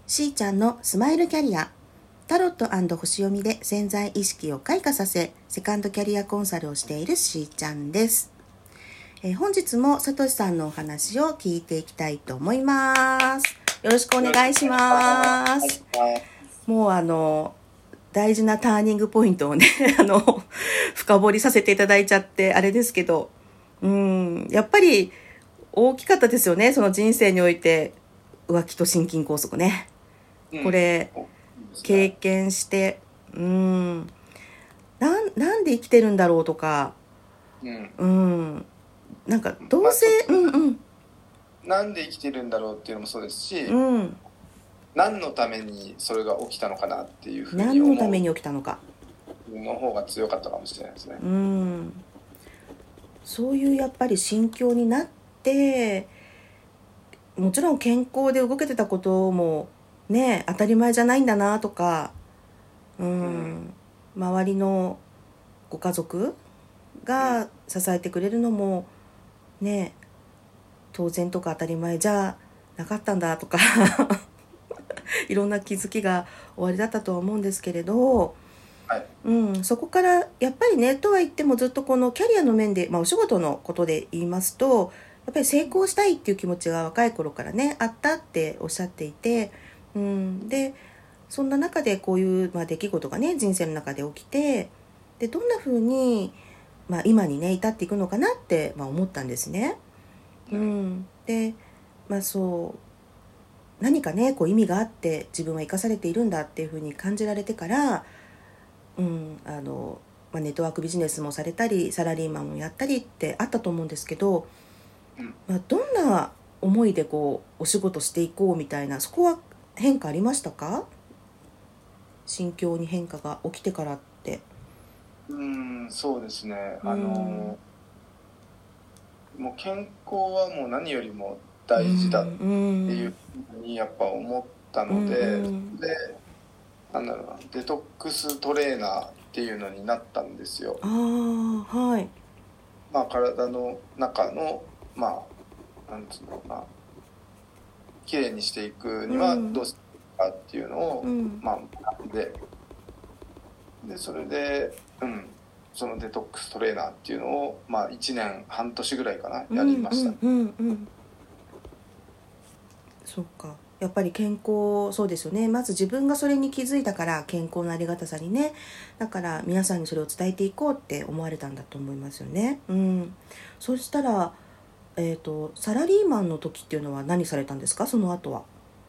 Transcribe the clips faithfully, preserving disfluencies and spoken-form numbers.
しーちゃんのスマイルキャリア、タロット&星読みで潜在意識を開花させ、セカンドキャリアコンサルをしているしーちゃんです。えー、本日もさとしさんのお話を聞いていきたいと思います。よろしくお願いします。もうあの大事なターニングポイントをねあの深掘りさせていただいちゃってあれですけど、うーんやっぱり大きかったですよね。その人生において浮気と心筋梗塞ね、これ、うん、経験して、うーんな ん, なんで生きてるんだろうとか、うん、うんなんかどうせ、まあ、うんうんなんで生きてるんだろうっていうのもそうですし、 うん、 何のためにそれが起きたのかなっていうふうに思う。 何のために起きたのかの方が強かったかもしれないですね。 うん、そういうやっぱり心境になって、もちろん健康で動けてたこともね当たり前じゃないんだなとか、うん、うん、周りのご家族が支えてくれるのもね当然とか当たり前じゃなかったんだとかいろんな気づきが終わりだったとは思うんですけれど、はいうん、そこからやっぱりねとは言ってもずっとこのキャリアの面で、まあ、お仕事のことで言いますとやっぱり成功したいっていう気持ちが若い頃からねあったっておっしゃっていて、うん、でそんな中でこういう、まあ、出来事がね人生の中で起きて、でどんな風に、まあ、今にね至っていくのかなって、まあ、思ったんですね。うん、で、まあ、そう何かねこう意味があって自分は生かされているんだっていう風に感じられてから、うんあのまあ、ネットワークビジネスもされたりサラリーマンもやったりってあったと思うんですけど、まあ、どんな思いでこうお仕事していこうみたいな、そこは変化ありましたか？心境に変化が起きてからって。 うーんそうですね、あのもう健康はもう何よりも大事だっていうふうにやっぱ思ったので、うんうん、でなんだろうなデトックストレーナーっていうのになったんですよ。 あー、はい。 まあ、体の中のまあなんつうのかなきれいにしていくにはどうするかっていうのを、うん、まあででそれでうんそのデトックストレーナーっていうのを、まあ、いちねんはん年ぐらいかなやりました、 うんうんうんうん、そうかやっぱり健康そうですよね。まず自分がそれに気づいたから健康のありがたさにね、だから皆さんにそれを伝えていこうって思われたんだと思いますよね。うん、そしたら、えーと、サラリーマンの時っていうのは何されたんですか？その後は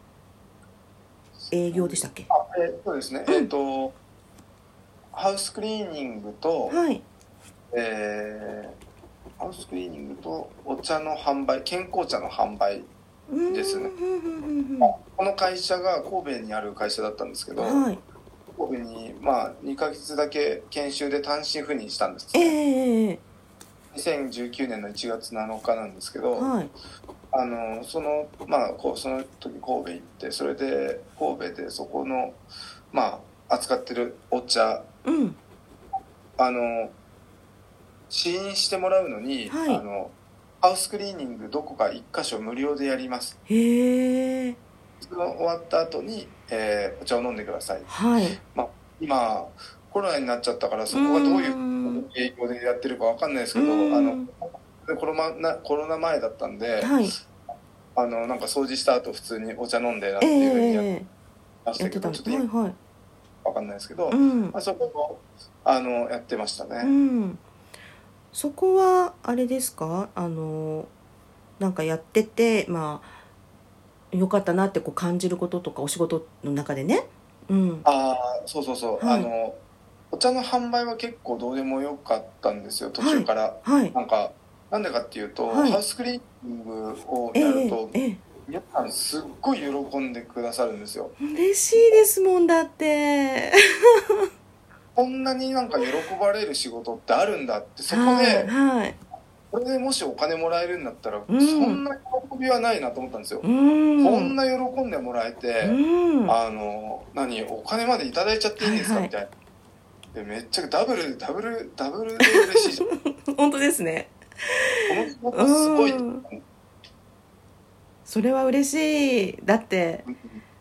営業でしたっけ？ あ、えー、そうですね、うん、えっ、ー、とハウスクリーニングと、はいえー、ハウスクリーニングとお茶の販売、健康茶の販売ですね。この会社が神戸にある会社だったんですけど、はい、神戸にまあにかげつだけ研修で単身赴任したんですね、えー、にせんじゅうきゅうねんのいちがつなのかなんですけど、はい、あのそのまあこうその時神戸行って、それで神戸でそこのまあ扱ってるお茶、うん、あの試飲してもらうのに、はい、あのハウスクリーニングどこかいっか所無料でやります。へえ。その終わった後に、えー、お茶を飲んでください。はい。まあ、今コロナになっちゃったからそこがどういう影響でやってるかわかんないですけど、あのコロナコロナ前だったんで、はい、あのなんか掃除した後普通にお茶飲んでなっていうふうにやってましたけど、えー、ちょっと今、はいはい、わかんないですけど、うんまあ、そこをあのやってましたね。うんそこはあれですか、あのなんかやっててまあ良かったなってこう感じることとかお仕事の中でね、 うん、ああそうそうそう、はい、あのお茶の販売は結構どうでもよかったんですよ途中から、はいはい、なんかなんでかっていうと、はい、ハウスクリーニングをやると、えーえー、皆さんすっごい喜んでくださるんですよ。 嬉しいですもんだってこんなになんか喜ばれる仕事ってあるんだって、そこで、はいはい、これでもしお金もらえるんだったら、うん、そんな喜びはないなと思ったんですよ、うん、こんな喜んでもらえて、うん、あの何お金までいただいちゃっていいんですか、はいはい、みたいなでめっちゃダブルダブルダブルで嬉しいじゃん本当ですね。 この仕事すごい、うん、 それは嬉しい。だって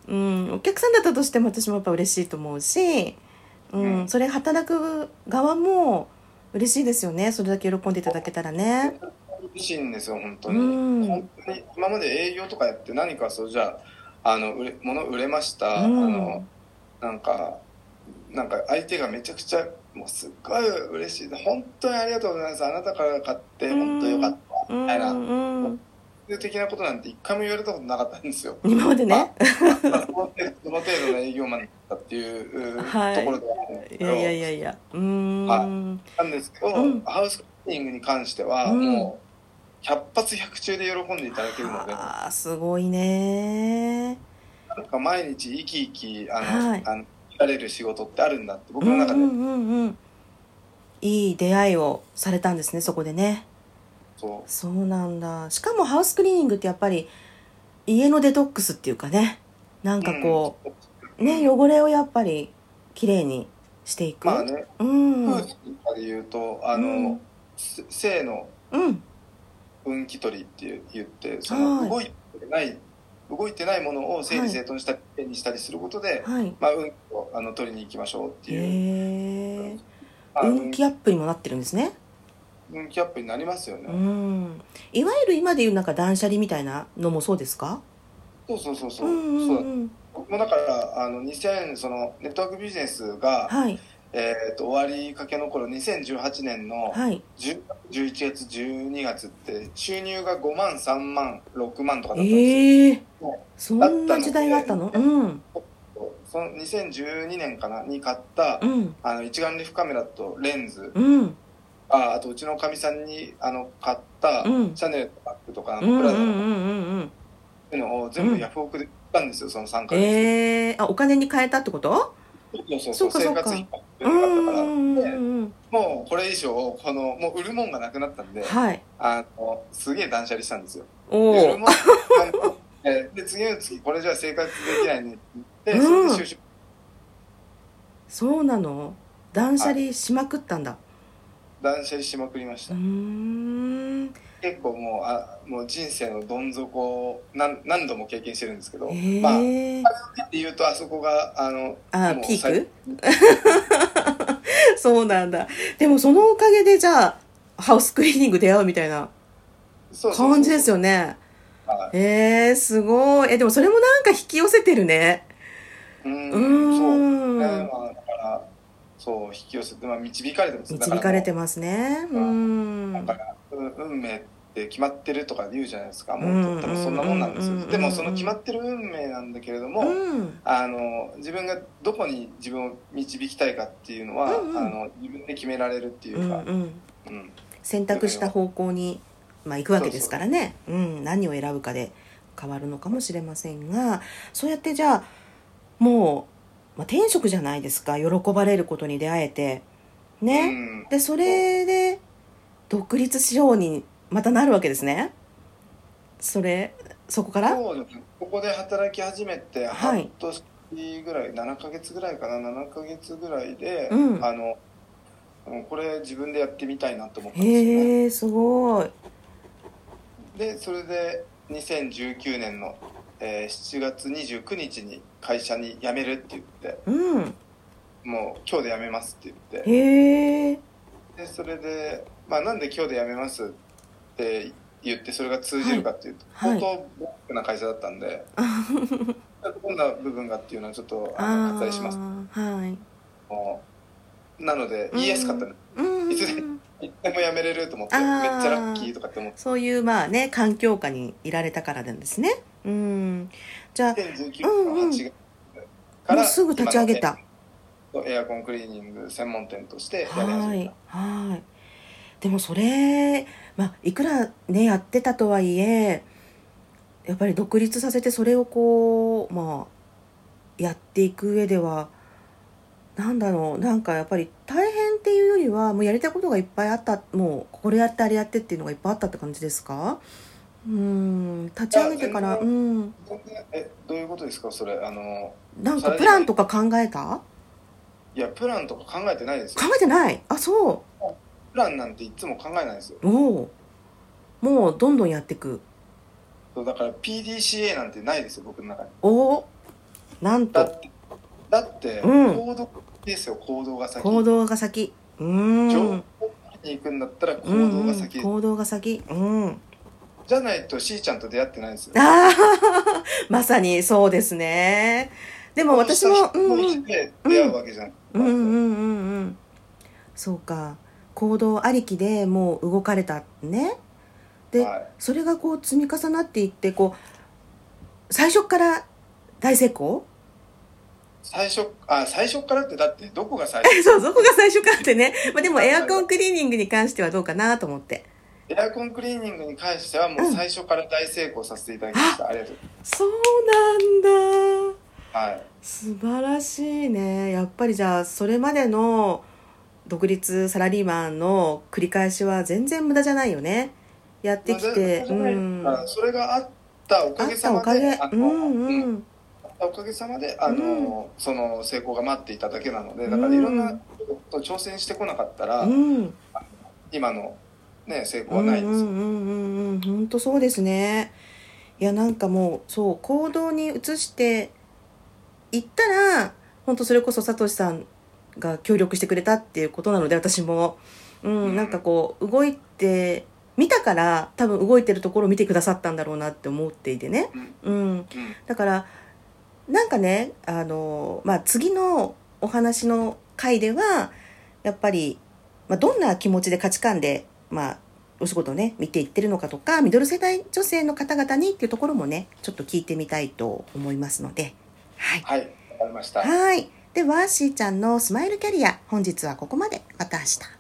うん、お客さんだったとしても私もやっぱ嬉しいと思うし、うんうん、それ働く側も嬉しいですよね。それだけ喜んでいただけたらね。 嬉しいんですよ本当に、うん、本当に今まで営業とかやって何かそうじゃあの売れ物売れました、うん、あのなんかなんか相手がめちゃくちゃもうすっごい嬉しい本当にありがとうございますあなたから買って本当によかったみたいな、うんうん的なことなんて一回も言われたことなかったんですよ今までね、 まあ、その程度の営業マンだったっていう、はい、ところではあるんですけど、 いやいやいやうーん、 はい、なんですけど、うん、ハウスクリーニングに関しては、うん、もうひゃく発ひゃく中で喜んでいただけるので、 あーすごいね。 なんか毎日生き生きあの、はい、あのやれる仕事ってあるんだって僕の中で、うんうんうんうん、 いい出会いをされたんですねそこでね。そうそうなんだ。しかもハウスクリーニングってやっぱり家のデトックスっていうかね、なんかこう、うん、ね汚れをやっぱりきれいにしていく。 まあね、うん、風水とかで言うとあの、うん、性の運気取りって言って、その動いてない、はい、動いてないものを整理整頓したり、はい、にしたりすることで、はい、まあ、運気をあの取りに行きましょうっていう、 へー、まあ、運気アップにもなってるんですね。 運気アップになりますよね。 うん、いわゆる今でいうなんか断捨離みたいなのもそうですか？ そうそうそうそう、うんうんうん、そうだからあのにせんそのネットワークビジネスが、はい、えー、と終わりかけの頃にせんじゅうはちねんのじゅう、じゅういちがつじゅうにがつって収入がごまんさんまんろくまんとかだったんですよ。えー、 そんな時代があったの？うん、 そのにせんじゅうにねんかなに買った、うん、あの一眼レフカメラとレンズ、うん、あ, あとうちのかみさんにあの買った、うん、シャネルのバッグとかプラダとかっていうのを全部ヤフオクで売ったんですよ、うん、そのさんかげつ。 えー、あお金に換えたってこと？ そうそうそう、生活費が良かったから、もうこれ以上このもう売るもんがなくなったんで、はい、あのすげえ断捨離したんですよ。おで売るもんで次の月これじゃ生活できないねって言って、うん、それで収集。 そうなの？断捨離しまくったんだ。 断捨離しまくりました。うーん、結構もうあもう人生のどん底を 何, 何度も経験してるんですけど、まあって言うとあそこがあのあピークそうなんだ。でもそのおかげでじゃあハウスクリーニング出会うみたいな感じですよね。はい、えー、すごい。えでもそれもなんか引き寄せてるね。 うーん、うんそうね、まあ、だからそう引き寄せて、まあ、導かれてます。 導かれてますね。うん。 だから運命って決まってるとか言うじゃないですか。もう多分そんなもんなんですよ。でもその決まってる運命なんだけれども、うん、あの自分がどこに自分を導きたいかっていうのは、うんうん、あの自分で決められるっていうか、うんうんうん、選択した方向に、まあ、行くわけですからね。そうそう、うん、何を選ぶかで変わるのかもしれませんが、そうやってじゃあもう、まあ、天職じゃないですか。喜ばれることに出会えてね、うん、でそれで独立しようにまたなるわけですね。それそこからそうです。ここで働き始めて半年ぐらい、はい、ななかげつぐらいかなななかげつぐらいで、うん、あのこれ自分でやってみたいなと思ったんですよね。 へえすごい。 でそれでにせんじゅうきゅうねんの、えー、しちがつにじゅうくにちに会社に辞めるって言って、うん、もう今日で辞めますって言って、へえ。でそれで、まあ、なんで今日で辞めますって言ってそれが通じるかっていうと、はい、相当ブラックな会社だったんで、はい、どんな部分がっていうのはちょっとあの割愛します。はい、なので言いやすかったね。いつでいつでも辞めれると思ってめっちゃラッキーとかって思って、 そういうまあね環境下にいられたからなんですね。うん、じゃあにせんじゅうきゅうねんのはちがつからもうすぐ立ち上げたエアコンクリーニング専門店としてやり始めた。はい、はい。 でもそれ、まあ、いくらねやってたとはいえやっぱり独立させてそれをこうまあやっていく上ではなんだろうなんかやっぱり大変っていうよりはもうやりたいことがいっぱいあった、もうこれやってあれやってっていうのがいっぱいあったって感じですか？うん、立ち上げてからうん。 えどういうことですかそれ？あのなんかプランとか考えた？ いやプランとか考えてないですよ。 考えてない？あそう。 プランなんていつも考えないですよ。 おもうどんどんやっていく。 そうだから ピーディーシーエー なんてないですよ僕の中に。 おなんとだってだって、うん、行動ですよ。行動が先。 行動が先。うん。 情報に行くんだったら行動が先。 うんうん、行動が先。うん。 じゃないとしーちゃんと出会ってないですよ。 ああ、まさにそうですね。でも私も、 うんうん、出会うわけじゃん。 うんうんうんうん。そうか。行動ありきでもう動かれたね。で、はい、それがこう積み重なっていってこう最初から大成功？ 最初あ最初からってだってどこが最初？ そうどこが最初かってね。まあでもエアコンクリーニングに関してはどうかなと思って。 エアコンクリーニングに関してはもう最初から大成功させていただきました。うん、ありがとう。 そうなんだ。はい。 素晴らしいね。やっぱりじゃあそれまでの独立サラリーマンの繰り返しは全然無駄じゃないよね。やってきて、 うん、それがあったおかげさまで、あったおかげ、うんうん、あったおかげさまであの、うん、その成功が待っていただけなので、だからいろんなこと挑戦してこなかったら、うん、今のね成功はないですよ。うんうんうんうん、本当そうですね。いやなんかもうそう行動に移していったら本当それこそサトシさんが協力してくれたっていうことなので私も、うん、なんかこう動いて見たから多分動いてるところを見てくださったんだろうなって思っていてね、うん、だからなんかねあの、まあ、次のお話の回ではやっぱり、まあ、どんな気持ちで価値観で、まあ、お仕事をね見ていってるのかとかミドル世代女性の方々にっていうところもねちょっと聞いてみたいと思いますのではい、 はい、わかりました。 はいではしーちゃんのスマイルキャリア本日はここまで。また明日。